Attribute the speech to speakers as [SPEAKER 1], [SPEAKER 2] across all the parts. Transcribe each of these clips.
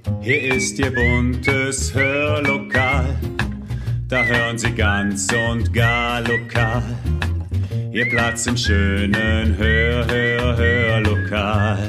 [SPEAKER 1] Hier ist Ihr buntes Hörlokal, da hören Sie ganz und gar lokal. Ihr Platz im schönen Hörlokal.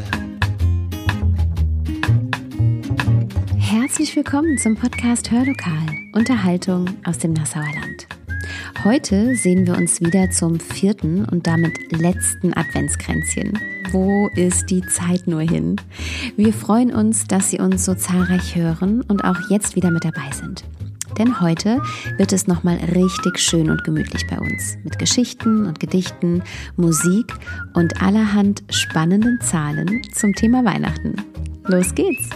[SPEAKER 2] Herzlich willkommen zum Podcast Hörlokal, Unterhaltung aus dem Nassauer Land. Heute sehen wir uns wieder zum 4. und damit letzten Adventskränzchen. Wo ist die Zeit nur hin? Wir freuen uns, dass Sie uns so zahlreich hören und auch jetzt wieder mit dabei sind. Denn heute wird es nochmal richtig schön und gemütlich bei uns. Mit Geschichten und Gedichten, Musik und allerhand spannenden Zahlen zum Thema Weihnachten. Los geht's!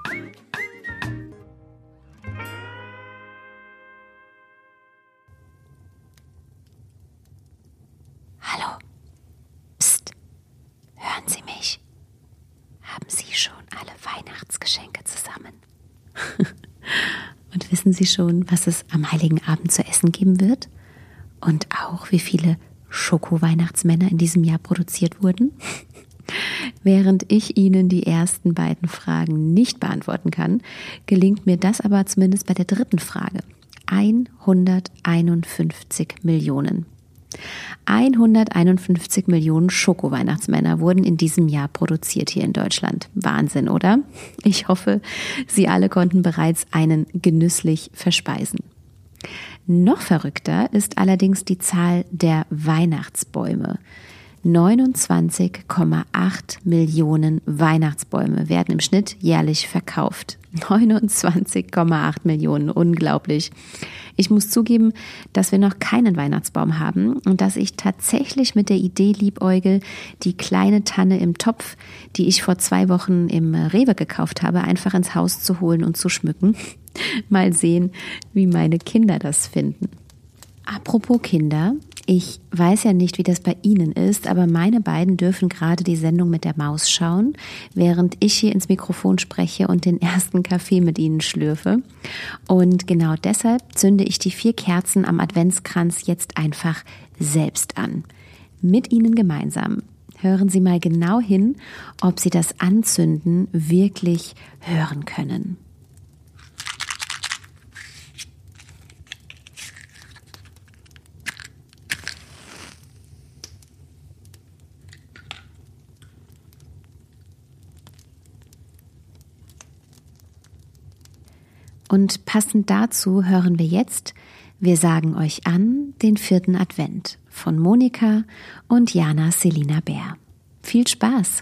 [SPEAKER 2] Hallo. Psst. Hören Sie mich? Haben Sie schon alle Weihnachtsgeschenke zusammen? Und wissen Sie schon, was es am Heiligen Abend zu essen geben wird? Und auch, wie viele Schoko-Weihnachtsmänner in diesem Jahr produziert wurden? Während ich Ihnen die ersten beiden Fragen nicht beantworten kann, gelingt mir das aber zumindest bei der dritten Frage. 151 Millionen. 151 Millionen Schoko-Weihnachtsmänner wurden in diesem Jahr produziert hier in Deutschland. Wahnsinn, oder? Ich hoffe, Sie alle konnten bereits einen genüsslich verspeisen. Noch verrückter ist allerdings die Zahl der Weihnachtsbäume. 29,8 Millionen Weihnachtsbäume werden im Schnitt jährlich verkauft. 29,8 Millionen, unglaublich. Ich muss zugeben, dass wir noch keinen Weihnachtsbaum haben und dass ich tatsächlich mit der Idee liebäugel, die kleine Tanne im Topf, die ich vor 2 Wochen im Rewe gekauft habe, einfach ins Haus zu holen und zu schmücken. Mal sehen, wie meine Kinder das finden. Apropos Kinder, ich weiß ja nicht, wie das bei Ihnen ist, aber meine beiden dürfen gerade die Sendung mit der Maus schauen, während ich hier ins Mikrofon spreche und den ersten Kaffee mit Ihnen schlürfe. Und genau deshalb zünde ich die 4 Kerzen am Adventskranz jetzt einfach selbst an. Mit Ihnen gemeinsam. Hören Sie mal genau hin, ob Sie das Anzünden wirklich hören können. Und passend dazu hören wir jetzt Wir sagen euch an, den 4. Advent von Monika und Jana Selina Bär. Viel Spaß!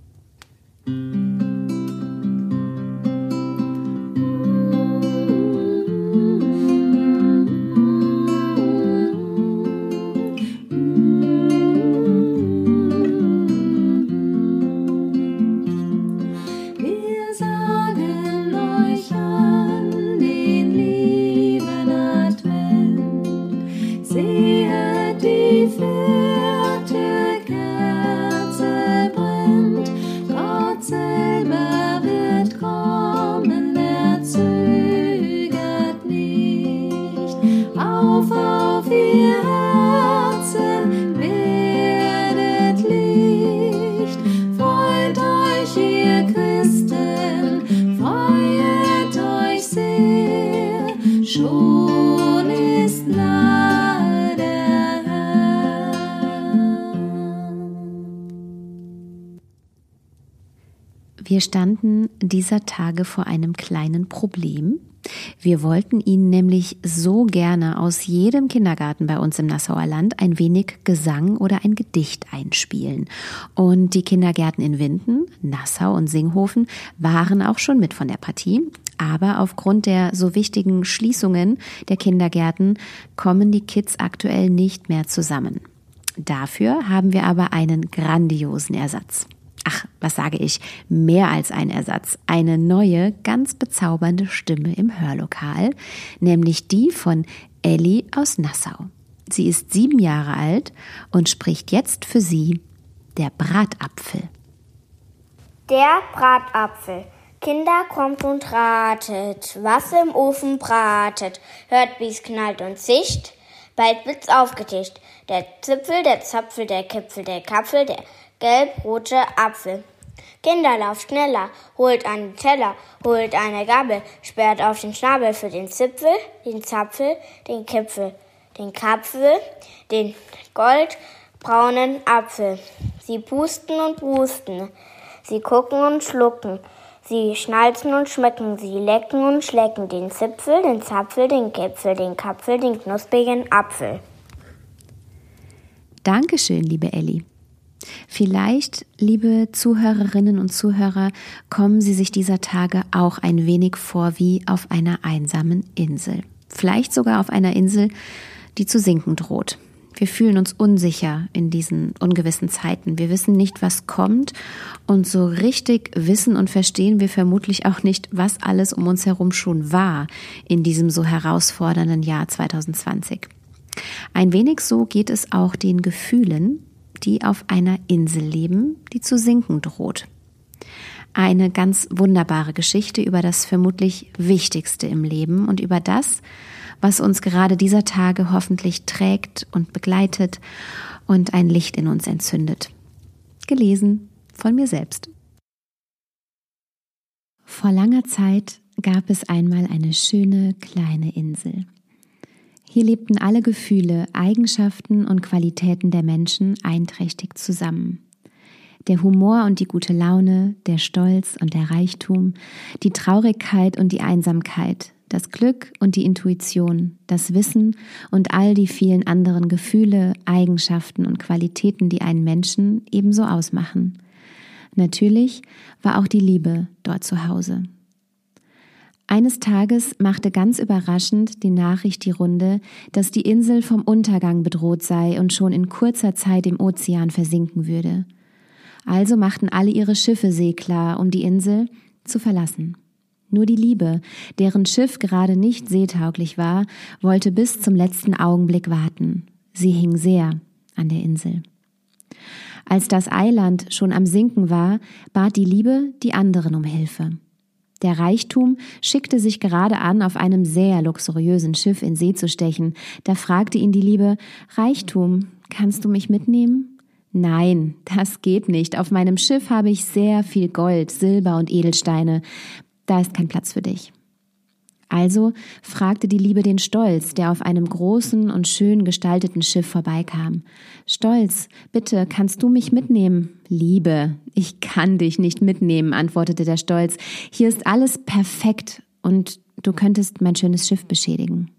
[SPEAKER 3] Schon ist nahe der Herr.
[SPEAKER 2] Wir standen dieser Tage vor einem kleinen Problem. Wir wollten Ihnen nämlich so gerne aus jedem Kindergarten bei uns im Nassauer Land ein wenig Gesang oder ein Gedicht einspielen. Und die Kindergärten in Winden, Nassau und Singhofen waren auch schon mit von der Partie. Aber aufgrund der so wichtigen Schließungen der Kindergärten kommen die Kids aktuell nicht mehr zusammen. Dafür haben wir aber einen grandiosen Ersatz. Ach, was sage ich, mehr als ein Ersatz. Eine neue, ganz bezaubernde Stimme im Hörlokal, nämlich die von Elli aus Nassau. Sie ist 7 Jahre alt und spricht jetzt für Sie der Bratapfel.
[SPEAKER 4] Der Bratapfel. Kinder, kommt und ratet, was im Ofen bratet. Hört, wie's knallt und zischt, bald wird's aufgetischt. Der Zipfel, der Zapfel, der Kipfel, der Kapfel, der gelb-rote Apfel. Kinder, lauft schneller, holt einen Teller, holt eine Gabel, sperrt auf den Schnabel für den Zipfel, den Zapfel, den Kipfel, den Kapfel, den goldbraunen Apfel. Sie pusten und pusten, sie gucken und schlucken, sie schnalzen und schmecken, sie lecken und schlecken den Zipfel, den Zapfel, den Kipfel, den Kapfel, den knusprigen Apfel.
[SPEAKER 2] Dankeschön, liebe Elli. Vielleicht, liebe Zuhörerinnen und Zuhörer, kommen Sie sich dieser Tage auch ein wenig vor wie auf einer einsamen Insel. Vielleicht sogar auf einer Insel, die zu sinken droht. Wir fühlen uns unsicher in diesen ungewissen Zeiten. Wir wissen nicht, was kommt, und so richtig wissen und verstehen wir vermutlich auch nicht, was alles um uns herum schon war in diesem so herausfordernden Jahr 2020. Ein wenig so geht es auch den Gefühlen, die auf einer Insel leben, die zu sinken droht. Eine ganz wunderbare Geschichte über das vermutlich Wichtigste im Leben und über das, was uns gerade dieser Tage hoffentlich trägt und begleitet und ein Licht in uns entzündet. Gelesen von mir selbst. Vor langer Zeit gab es einmal eine schöne kleine Insel. Hier lebten alle Gefühle, Eigenschaften und Qualitäten der Menschen einträchtig zusammen. Der Humor und die gute Laune, der Stolz und der Reichtum, die Traurigkeit und die Einsamkeit, das Glück und die Intuition, das Wissen und all die vielen anderen Gefühle, Eigenschaften und Qualitäten, die einen Menschen ebenso ausmachen. Natürlich war auch die Liebe dort zu Hause. Eines Tages machte ganz überraschend die Nachricht die Runde, dass die Insel vom Untergang bedroht sei und schon in kurzer Zeit im Ozean versinken würde. Also machten alle ihre Schiffe seeklar, um die Insel zu verlassen. Nur die Liebe, deren Schiff gerade nicht seetauglich war, wollte bis zum letzten Augenblick warten. Sie hing sehr an der Insel. Als das Eiland schon am Sinken war, bat die Liebe die anderen um Hilfe. Der Reichtum schickte sich gerade an, auf einem sehr luxuriösen Schiff in See zu stechen. Da fragte ihn die Liebe: Reichtum, kannst du mich mitnehmen? Nein, das geht nicht. Auf meinem Schiff habe ich sehr viel Gold, Silber und Edelsteine. Da ist kein Platz für dich. Also fragte die Liebe den Stolz, der auf einem großen und schön gestalteten Schiff vorbeikam. Stolz, bitte, kannst du mich mitnehmen? Liebe, ich kann dich nicht mitnehmen, antwortete der Stolz. Hier ist alles perfekt und du könntest mein schönes Schiff beschädigen.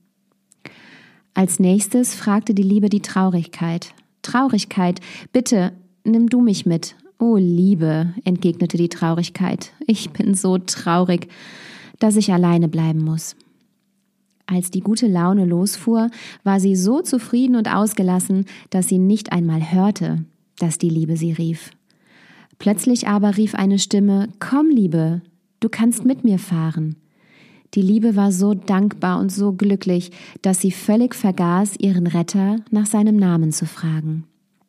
[SPEAKER 2] Als nächstes fragte die Liebe die Traurigkeit. Traurigkeit, bitte, nimm du mich mit. Oh Liebe, entgegnete die Traurigkeit, ich bin so traurig, dass ich alleine bleiben muss. Als die gute Laune losfuhr, war sie so zufrieden und ausgelassen, dass sie nicht einmal hörte, dass die Liebe sie rief. Plötzlich aber rief eine Stimme: Komm, Liebe, du kannst mit mir fahren. Die Liebe war so dankbar und so glücklich, dass sie völlig vergaß, ihren Retter nach seinem Namen zu fragen.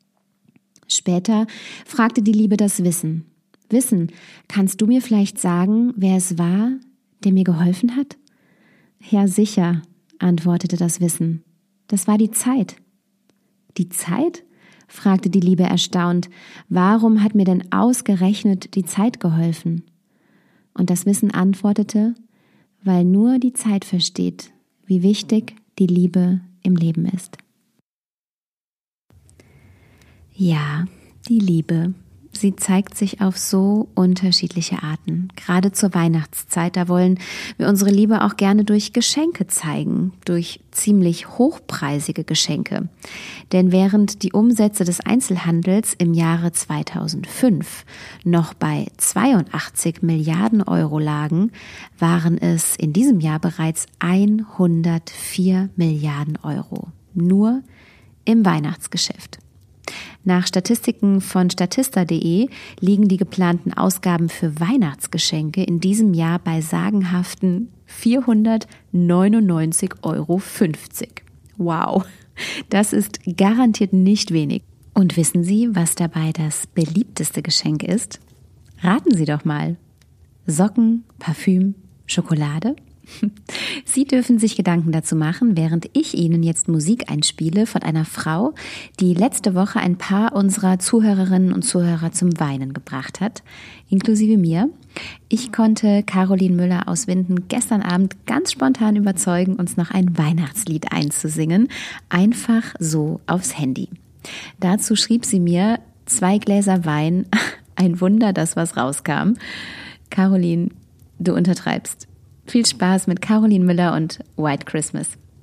[SPEAKER 2] Später fragte die Liebe das Wissen. Wissen, kannst du mir vielleicht sagen, wer es war, der mir geholfen hat? Ja, sicher, antwortete das Wissen. Das war die Zeit. Die Zeit? Fragte die Liebe erstaunt. Warum hat mir denn ausgerechnet die Zeit geholfen? Und das Wissen antwortete: Weil nur die Zeit versteht, wie wichtig die Liebe im Leben ist. Ja, die Liebe. Sie zeigt sich auf so unterschiedliche Arten. Gerade zur Weihnachtszeit, da wollen wir unsere Liebe auch gerne durch Geschenke zeigen, durch ziemlich hochpreisige Geschenke. Denn während die Umsätze des Einzelhandels im Jahre 2005 noch bei 82 Milliarden Euro lagen, waren es in diesem Jahr bereits 104 Milliarden Euro. Nur im Weihnachtsgeschäft. Nach Statistiken von statista.de liegen die geplanten Ausgaben für Weihnachtsgeschenke in diesem Jahr bei sagenhaften 499,50 Euro. Wow, das ist garantiert nicht wenig. Und wissen Sie, was dabei das beliebteste Geschenk ist? Raten Sie doch mal. Socken, Parfüm, Schokolade? Sie dürfen sich Gedanken dazu machen, während ich Ihnen jetzt Musik einspiele von einer Frau, die letzte Woche ein paar unserer Zuhörerinnen und Zuhörer zum Weinen gebracht hat, inklusive mir. Ich konnte Caroline Müller aus Winden gestern Abend ganz spontan überzeugen, uns noch ein Weihnachtslied einzusingen, einfach so aufs Handy. Dazu schrieb sie mir 2 Gläser Wein, ein Wunder, dass was rauskam. Caroline, du untertreibst. Viel Spaß mit Caroline Müller und White Christmas.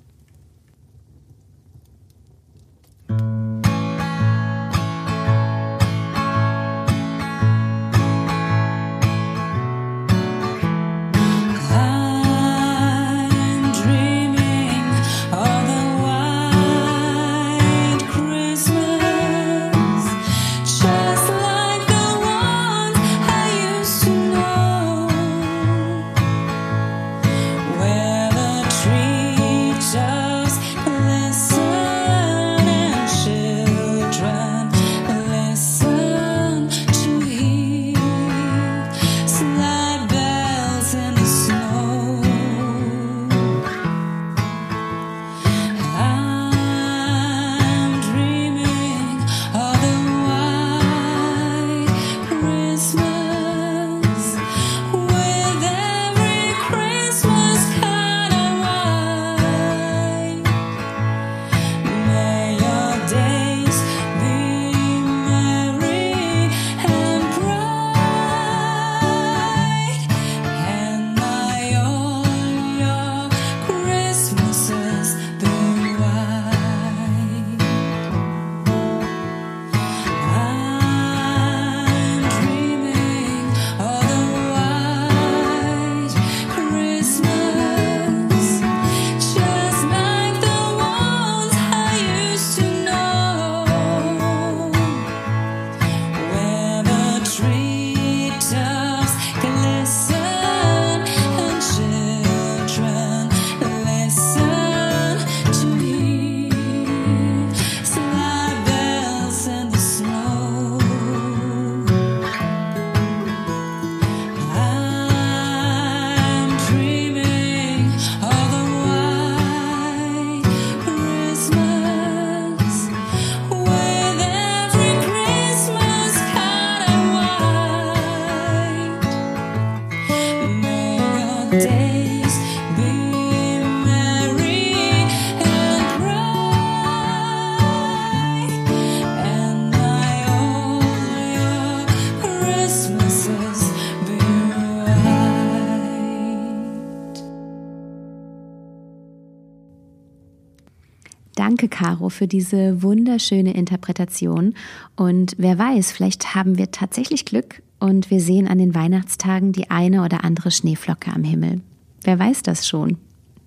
[SPEAKER 2] Danke, Caro, für diese wunderschöne Interpretation. Und wer weiß, vielleicht haben wir tatsächlich Glück und wir sehen an den Weihnachtstagen die eine oder andere Schneeflocke am Himmel. Wer weiß das schon?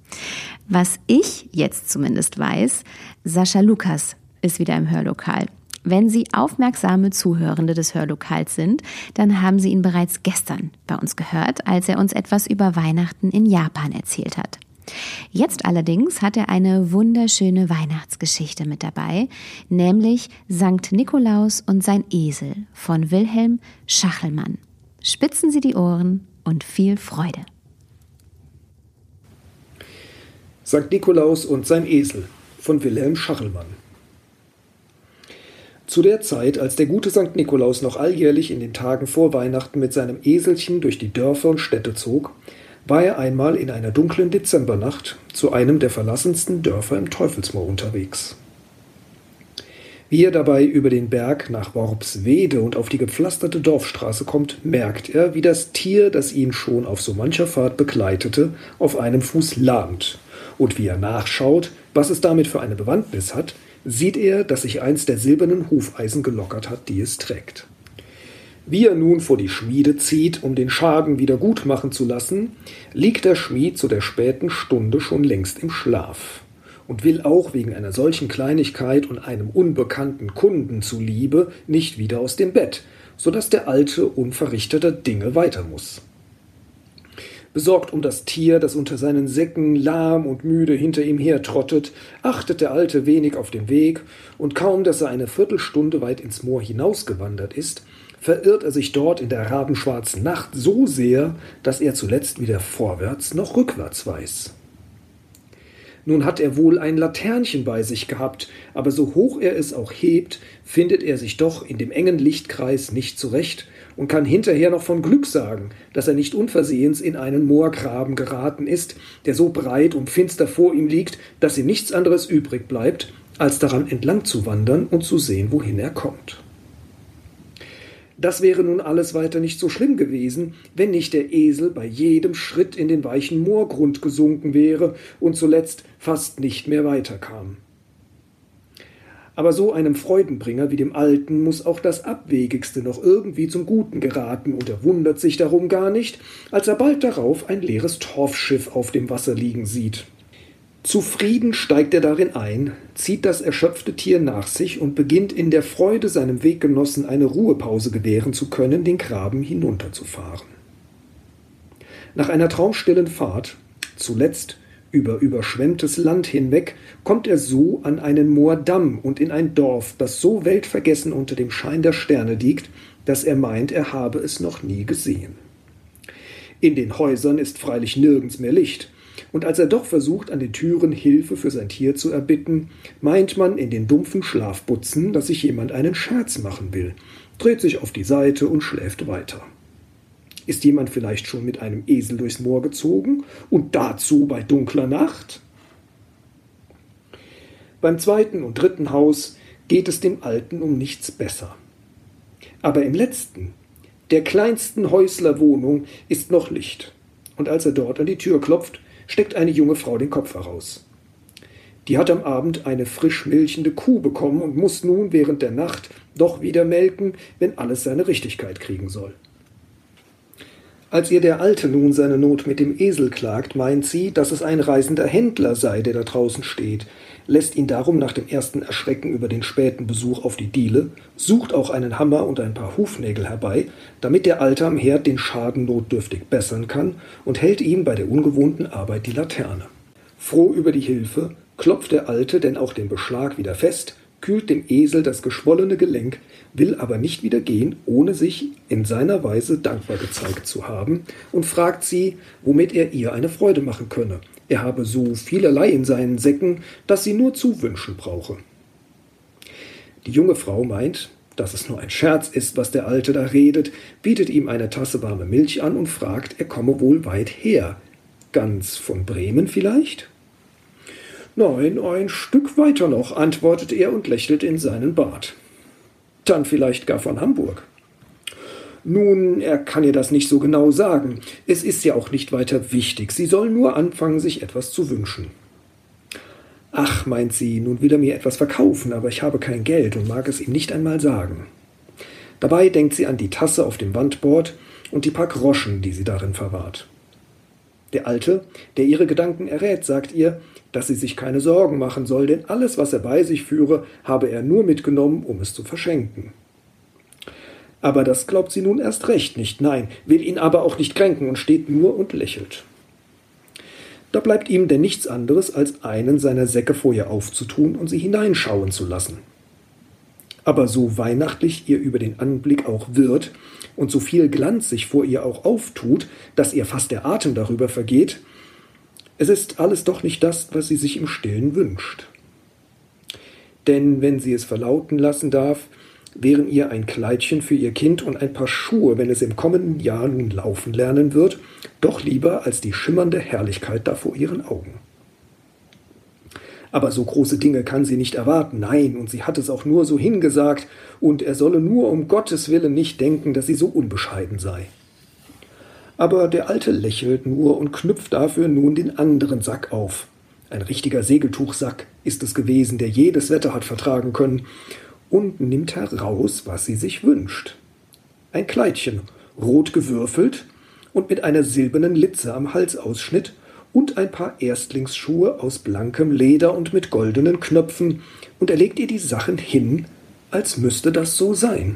[SPEAKER 2] Was ich jetzt zumindest weiß, Sascha Lukas ist wieder im Hörlokal. Wenn Sie aufmerksame Zuhörende des Hörlokals sind, dann haben Sie ihn bereits gestern bei uns gehört, als er uns etwas über Weihnachten in Japan erzählt hat. Jetzt allerdings hat er eine wunderschöne Weihnachtsgeschichte mit dabei, nämlich Sankt Nikolaus und sein Esel von Wilhelm Schachelmann. Spitzen Sie die Ohren und viel Freude.
[SPEAKER 5] Sankt Nikolaus und sein Esel von Wilhelm Schachelmann. Zu der Zeit, als der gute Sankt Nikolaus noch alljährlich in den Tagen vor Weihnachten mit seinem Eselchen durch die Dörfer und Städte zog, war er einmal in einer dunklen Dezembernacht zu einem der verlassensten Dörfer im Teufelsmoor unterwegs. Wie er dabei über den Berg nach Worpswede und auf die gepflasterte Dorfstraße kommt, merkt er, wie das Tier, das ihn schon auf so mancher Fahrt begleitete, auf einem Fuß lahmt. Und wie er nachschaut, was es damit für eine Bewandtnis hat, sieht er, dass sich eins der silbernen Hufeisen gelockert hat, die es trägt. Wie er nun vor die Schmiede zieht, um den Schaden wieder gut machen zu lassen, liegt der Schmied zu der späten Stunde schon längst im Schlaf und will auch wegen einer solchen Kleinigkeit und einem unbekannten Kunden zuliebe nicht wieder aus dem Bett, so dass der Alte unverrichteter Dinge weiter muss. Besorgt um das Tier, das unter seinen Säcken lahm und müde hinter ihm hertrottet, achtet der Alte wenig auf den Weg, und kaum, dass er eine Viertelstunde weit ins Moor hinausgewandert ist, verirrt er sich dort in der rabenschwarzen Nacht so sehr, dass er zuletzt weder vorwärts noch rückwärts weiß. Nun hat er wohl ein Laternchen bei sich gehabt, aber so hoch er es auch hebt, findet er sich doch in dem engen Lichtkreis nicht zurecht und kann hinterher noch von Glück sagen, dass er nicht unversehens in einen Moorgraben geraten ist, der so breit und finster vor ihm liegt, dass ihm nichts anderes übrig bleibt, als daran entlang zu wandern und zu sehen, wohin er kommt. Das wäre nun alles weiter nicht so schlimm gewesen, wenn nicht der Esel bei jedem Schritt in den weichen Moorgrund gesunken wäre und zuletzt fast nicht mehr weiterkam. Aber so einem Freudenbringer wie dem Alten muss auch das Abwegigste noch irgendwie zum Guten geraten, und er wundert sich darum gar nicht, als er bald darauf ein leeres Torfschiff auf dem Wasser liegen sieht. Zufrieden steigt er darin ein, zieht das erschöpfte Tier nach sich und beginnt in der Freude, seinem Weggenossen eine Ruhepause gewähren zu können, den Graben hinunterzufahren. Nach einer traumstillen Fahrt, zuletzt über überschwemmtes Land hinweg, kommt er so an einen Moordamm und in ein Dorf, das so weltvergessen unter dem Schein der Sterne liegt, dass er meint, er habe es noch nie gesehen. In den Häusern ist freilich nirgends mehr Licht, und als er doch versucht, an den Türen Hilfe für sein Tier zu erbitten, meint man in den dumpfen Schlafbutzen, dass sich jemand einen Scherz machen will, dreht sich auf die Seite und schläft weiter. Ist jemand vielleicht schon mit einem Esel durchs Moor gezogen und dazu bei dunkler Nacht? Beim zweiten und dritten Haus geht es dem Alten um nichts besser. Aber im letzten, der kleinsten Häuslerwohnung, ist noch Licht, und als er dort an die Tür klopft, steckt eine junge Frau den Kopf heraus. Die hat am Abend eine frisch milchende Kuh bekommen und muss nun während der Nacht doch wieder melken, wenn alles seine Richtigkeit kriegen soll. Als ihr der Alte nun seine Not mit dem Esel klagt, meint sie, dass es ein reisender Händler sei, der da draußen steht, lässt ihn darum nach dem ersten Erschrecken über den späten Besuch auf die Diele, sucht auch einen Hammer und ein paar Hufnägel herbei, damit der Alte am Herd den Schaden notdürftig bessern kann, und hält ihm bei der ungewohnten Arbeit die Laterne. Froh über die Hilfe klopft der Alte denn auch den Beschlag wieder fest, kühlt dem Esel das geschwollene Gelenk, will aber nicht wieder gehen, ohne sich in seiner Weise dankbar gezeigt zu haben, und fragt sie, womit er ihr eine Freude machen könne. Er habe so vielerlei in seinen Säcken, dass sie nur zuwünschen brauche. Die junge Frau meint, dass es nur ein Scherz ist, was der Alte da redet, bietet ihm eine Tasse warme Milch an und fragt, er komme wohl weit her. Ganz von Bremen vielleicht? Nein, ein Stück weiter noch, antwortet er und lächelt in seinen Bart. Dann vielleicht gar von Hamburg. Nun, er kann ihr das nicht so genau sagen. Es ist ja auch nicht weiter wichtig. Sie soll nur anfangen, sich etwas zu wünschen. Ach, meint sie, nun will er mir etwas verkaufen, aber ich habe kein Geld und mag es ihm nicht einmal sagen. Dabei denkt sie an die Tasse auf dem Wandbord und die paar Groschen, die sie darin verwahrt. Der Alte, der ihre Gedanken errät, sagt ihr, dass sie sich keine Sorgen machen soll, denn alles, was er bei sich führe, habe er nur mitgenommen, um es zu verschenken. Aber das glaubt sie nun erst recht nicht, nein, will ihn aber auch nicht kränken und steht nur und lächelt. Da bleibt ihm denn nichts anderes, als einen seiner Säcke vor ihr aufzutun und sie hineinschauen zu lassen. Aber so weihnachtlich ihr über den Anblick auch wird und so viel Glanz sich vor ihr auch auftut, dass ihr fast der Atem darüber vergeht, es ist alles doch nicht das, was sie sich im Stillen wünscht. Denn wenn sie es verlauten lassen darf, wären ihr ein Kleidchen für ihr Kind und ein paar Schuhe, wenn es im kommenden Jahr nun laufen lernen wird, doch lieber als die schimmernde Herrlichkeit da vor ihren Augen. Aber so große Dinge kann sie nicht erwarten, nein, und sie hat es auch nur so hingesagt, und er solle nur um Gottes Willen nicht denken, dass sie so unbescheiden sei. Aber der Alte lächelt nur und knüpft dafür nun den anderen Sack auf. Ein richtiger Segeltuchsack ist es gewesen, der jedes Wetter hat vertragen können, und nimmt heraus, was sie sich wünscht. Ein Kleidchen, rot gewürfelt und mit einer silbernen Litze am Halsausschnitt und ein paar Erstlingsschuhe aus blankem Leder und mit goldenen Knöpfen, und er legt ihr die Sachen hin, als müsste das so sein.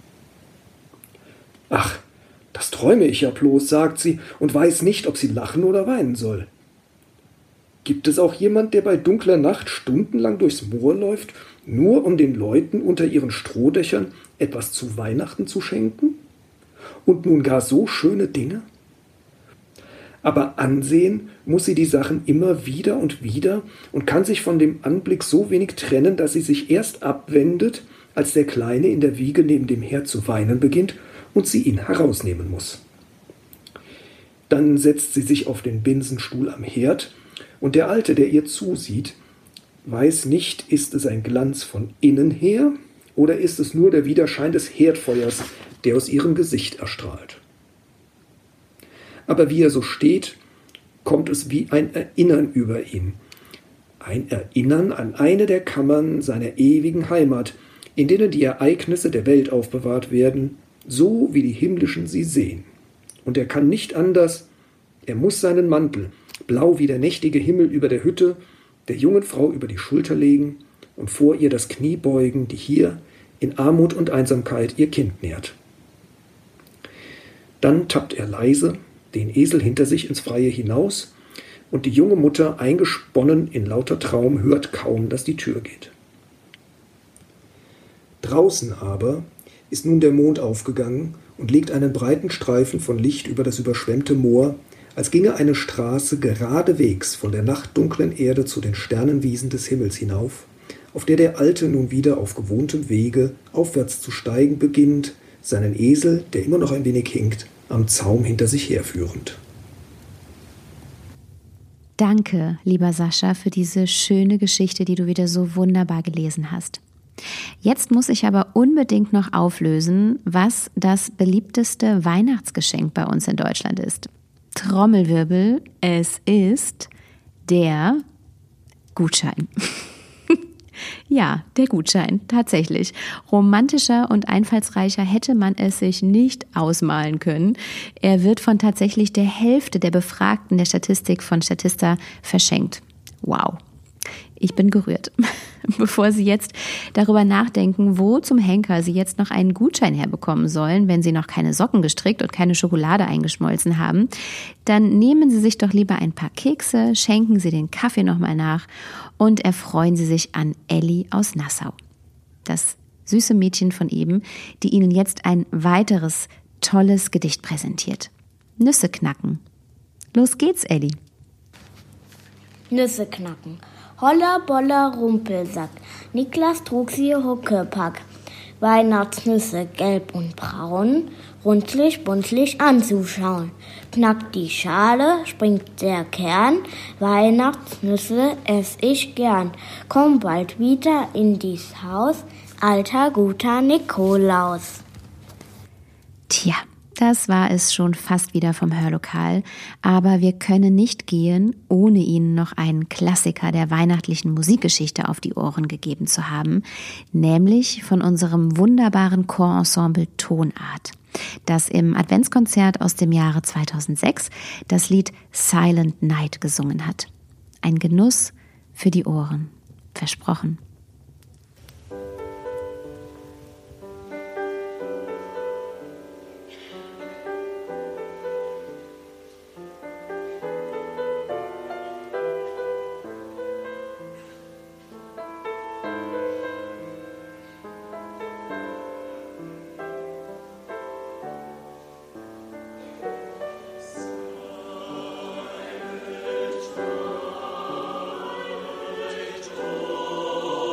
[SPEAKER 5] »Ach, das träume ich ja bloß«, sagt sie und weiß nicht, ob sie lachen oder weinen soll. Gibt es auch jemand, der bei dunkler Nacht stundenlang durchs Moor läuft, nur um den Leuten unter ihren Strohdächern etwas zu Weihnachten zu schenken? Und nun gar so schöne Dinge? Aber ansehen muss sie die Sachen immer wieder und kann sich von dem Anblick so wenig trennen, dass sie sich erst abwendet, als der Kleine in der Wiege neben dem Herd zu weinen beginnt und sie ihn herausnehmen muss. Dann setzt sie sich auf den Binsenstuhl am Herd und der Alte, der ihr zusieht, weiß nicht, ist es ein Glanz von innen her oder ist es nur der Widerschein des Herdfeuers, der aus ihrem Gesicht erstrahlt. Aber wie er so steht, kommt es wie ein Erinnern über ihn. Ein Erinnern an eine der Kammern seiner ewigen Heimat, in denen die Ereignisse der Welt aufbewahrt werden, so wie die himmlischen sie sehen. Und er kann nicht anders, er muss seinen Mantel, blau wie der nächtige Himmel über der Hütte, der jungen Frau über die Schulter legen und vor ihr das Knie beugen, die hier in Armut und Einsamkeit ihr Kind nährt. Dann tappt er leise den Esel hinter sich ins Freie hinaus und die junge Mutter, eingesponnen in lauter Traum, hört kaum, dass die Tür geht. Draußen aber ist nun der Mond aufgegangen und legt einen breiten Streifen von Licht über das überschwemmte Moor, als ginge eine Straße geradewegs von der nachtdunklen Erde zu den Sternenwiesen des Himmels hinauf, auf der der Alte nun wieder auf gewohntem Wege aufwärts zu steigen beginnt, seinen Esel, der immer noch ein wenig hinkt, am Zaum hinter sich herführend.
[SPEAKER 2] Danke, lieber Sascha, für diese schöne Geschichte, die du wieder so wunderbar gelesen hast. Jetzt muss ich aber unbedingt noch auflösen, was das beliebteste Weihnachtsgeschenk bei uns in Deutschland ist. Trommelwirbel, es ist der Gutschein. Ja, der Gutschein, tatsächlich. Romantischer und einfallsreicher hätte man es sich nicht ausmalen können. Er wird von tatsächlich der Hälfte der Befragten der Statistik von Statista verschenkt. Wow. Ich bin gerührt. Bevor Sie jetzt darüber nachdenken, wo zum Henker Sie jetzt noch einen Gutschein herbekommen sollen, wenn Sie noch keine Socken gestrickt und keine Schokolade eingeschmolzen haben, dann nehmen Sie sich doch lieber ein paar Kekse, schenken Sie den Kaffee nochmal nach und erfreuen Sie sich an Elli aus Nassau. Das süße Mädchen von eben, die Ihnen jetzt ein weiteres tolles Gedicht präsentiert. Nüsse knacken. Los geht's, Elli.
[SPEAKER 4] Nüsse knacken. Holla, boller, Rumpelsack. Niklas trug sie Huckepack. Weihnachtsnüsse gelb und braun, rundlich, buntlich anzuschauen. Knackt die Schale, springt der Kern. Weihnachtsnüsse ess ich gern. Komm bald wieder in dies Haus, alter, guter Nikolaus.
[SPEAKER 2] Tja, das war es schon fast wieder vom Hörlokal, aber wir können nicht gehen, ohne Ihnen noch einen Klassiker der weihnachtlichen Musikgeschichte auf die Ohren gegeben zu haben, nämlich von unserem wunderbaren Chorensemble Tonart, das im Adventskonzert aus dem Jahre 2006 das Lied Silent Night gesungen hat. Ein Genuss für die Ohren, versprochen.
[SPEAKER 1] Oh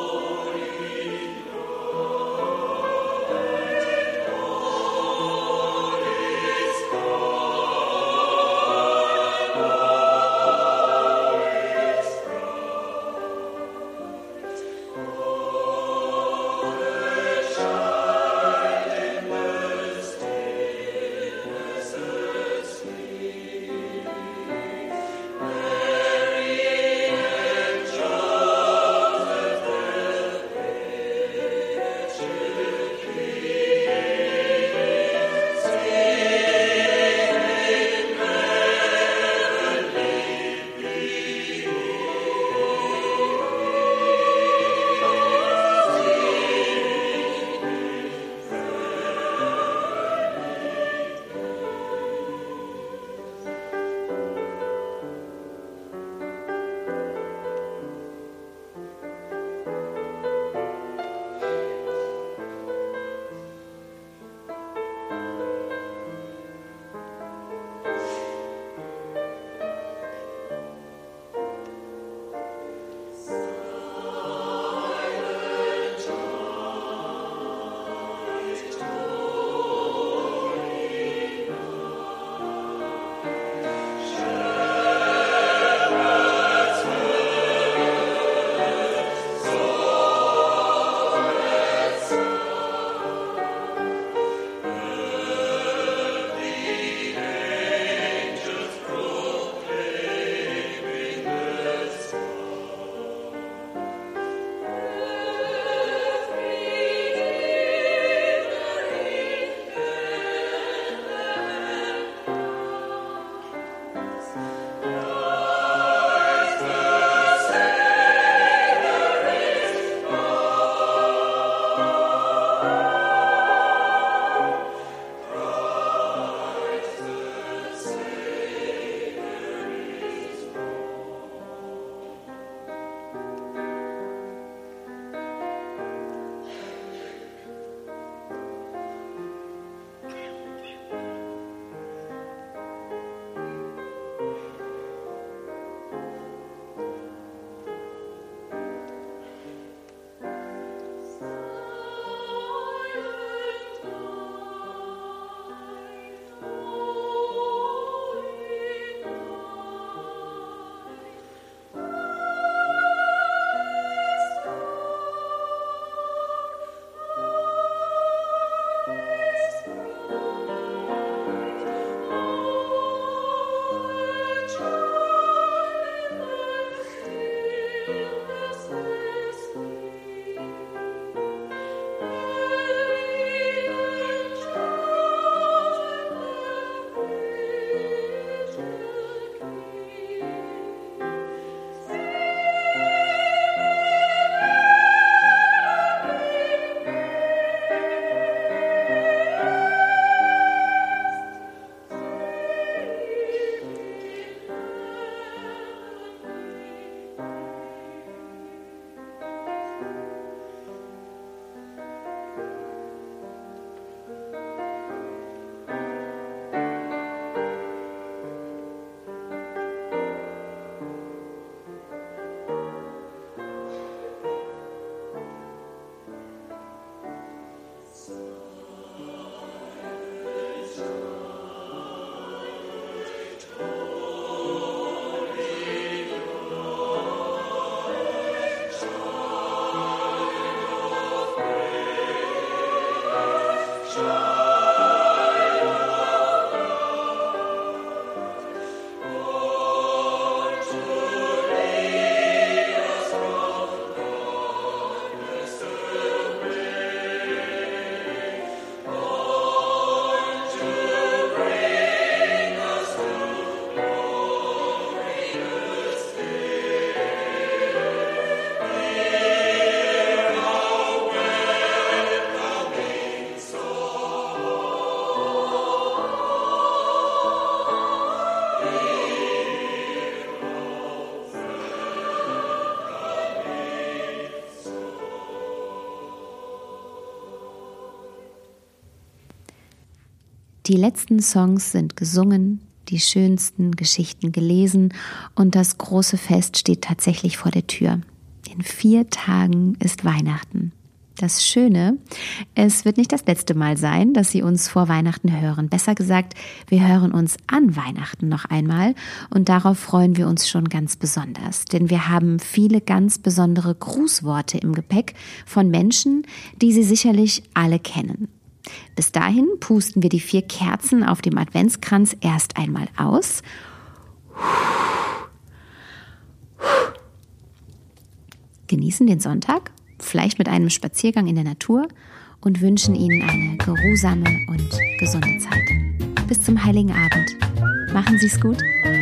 [SPEAKER 2] Die letzten Songs sind gesungen, die schönsten Geschichten gelesen und das große Fest steht tatsächlich vor der Tür. In 4 Tagen ist Weihnachten. Das Schöne, es wird nicht das letzte Mal sein, dass Sie uns vor Weihnachten hören. Besser gesagt, wir hören uns an Weihnachten noch einmal und darauf freuen wir uns schon ganz besonders. Denn wir haben viele ganz besondere Grußworte im Gepäck von Menschen, die Sie sicherlich alle kennen. Bis dahin pusten wir die 4 Kerzen auf dem Adventskranz erst einmal aus. Genießen den Sonntag, vielleicht mit einem Spaziergang in der Natur und wünschen Ihnen eine geruhsame und gesunde Zeit. Bis zum Heiligen Abend. Machen Sie es gut.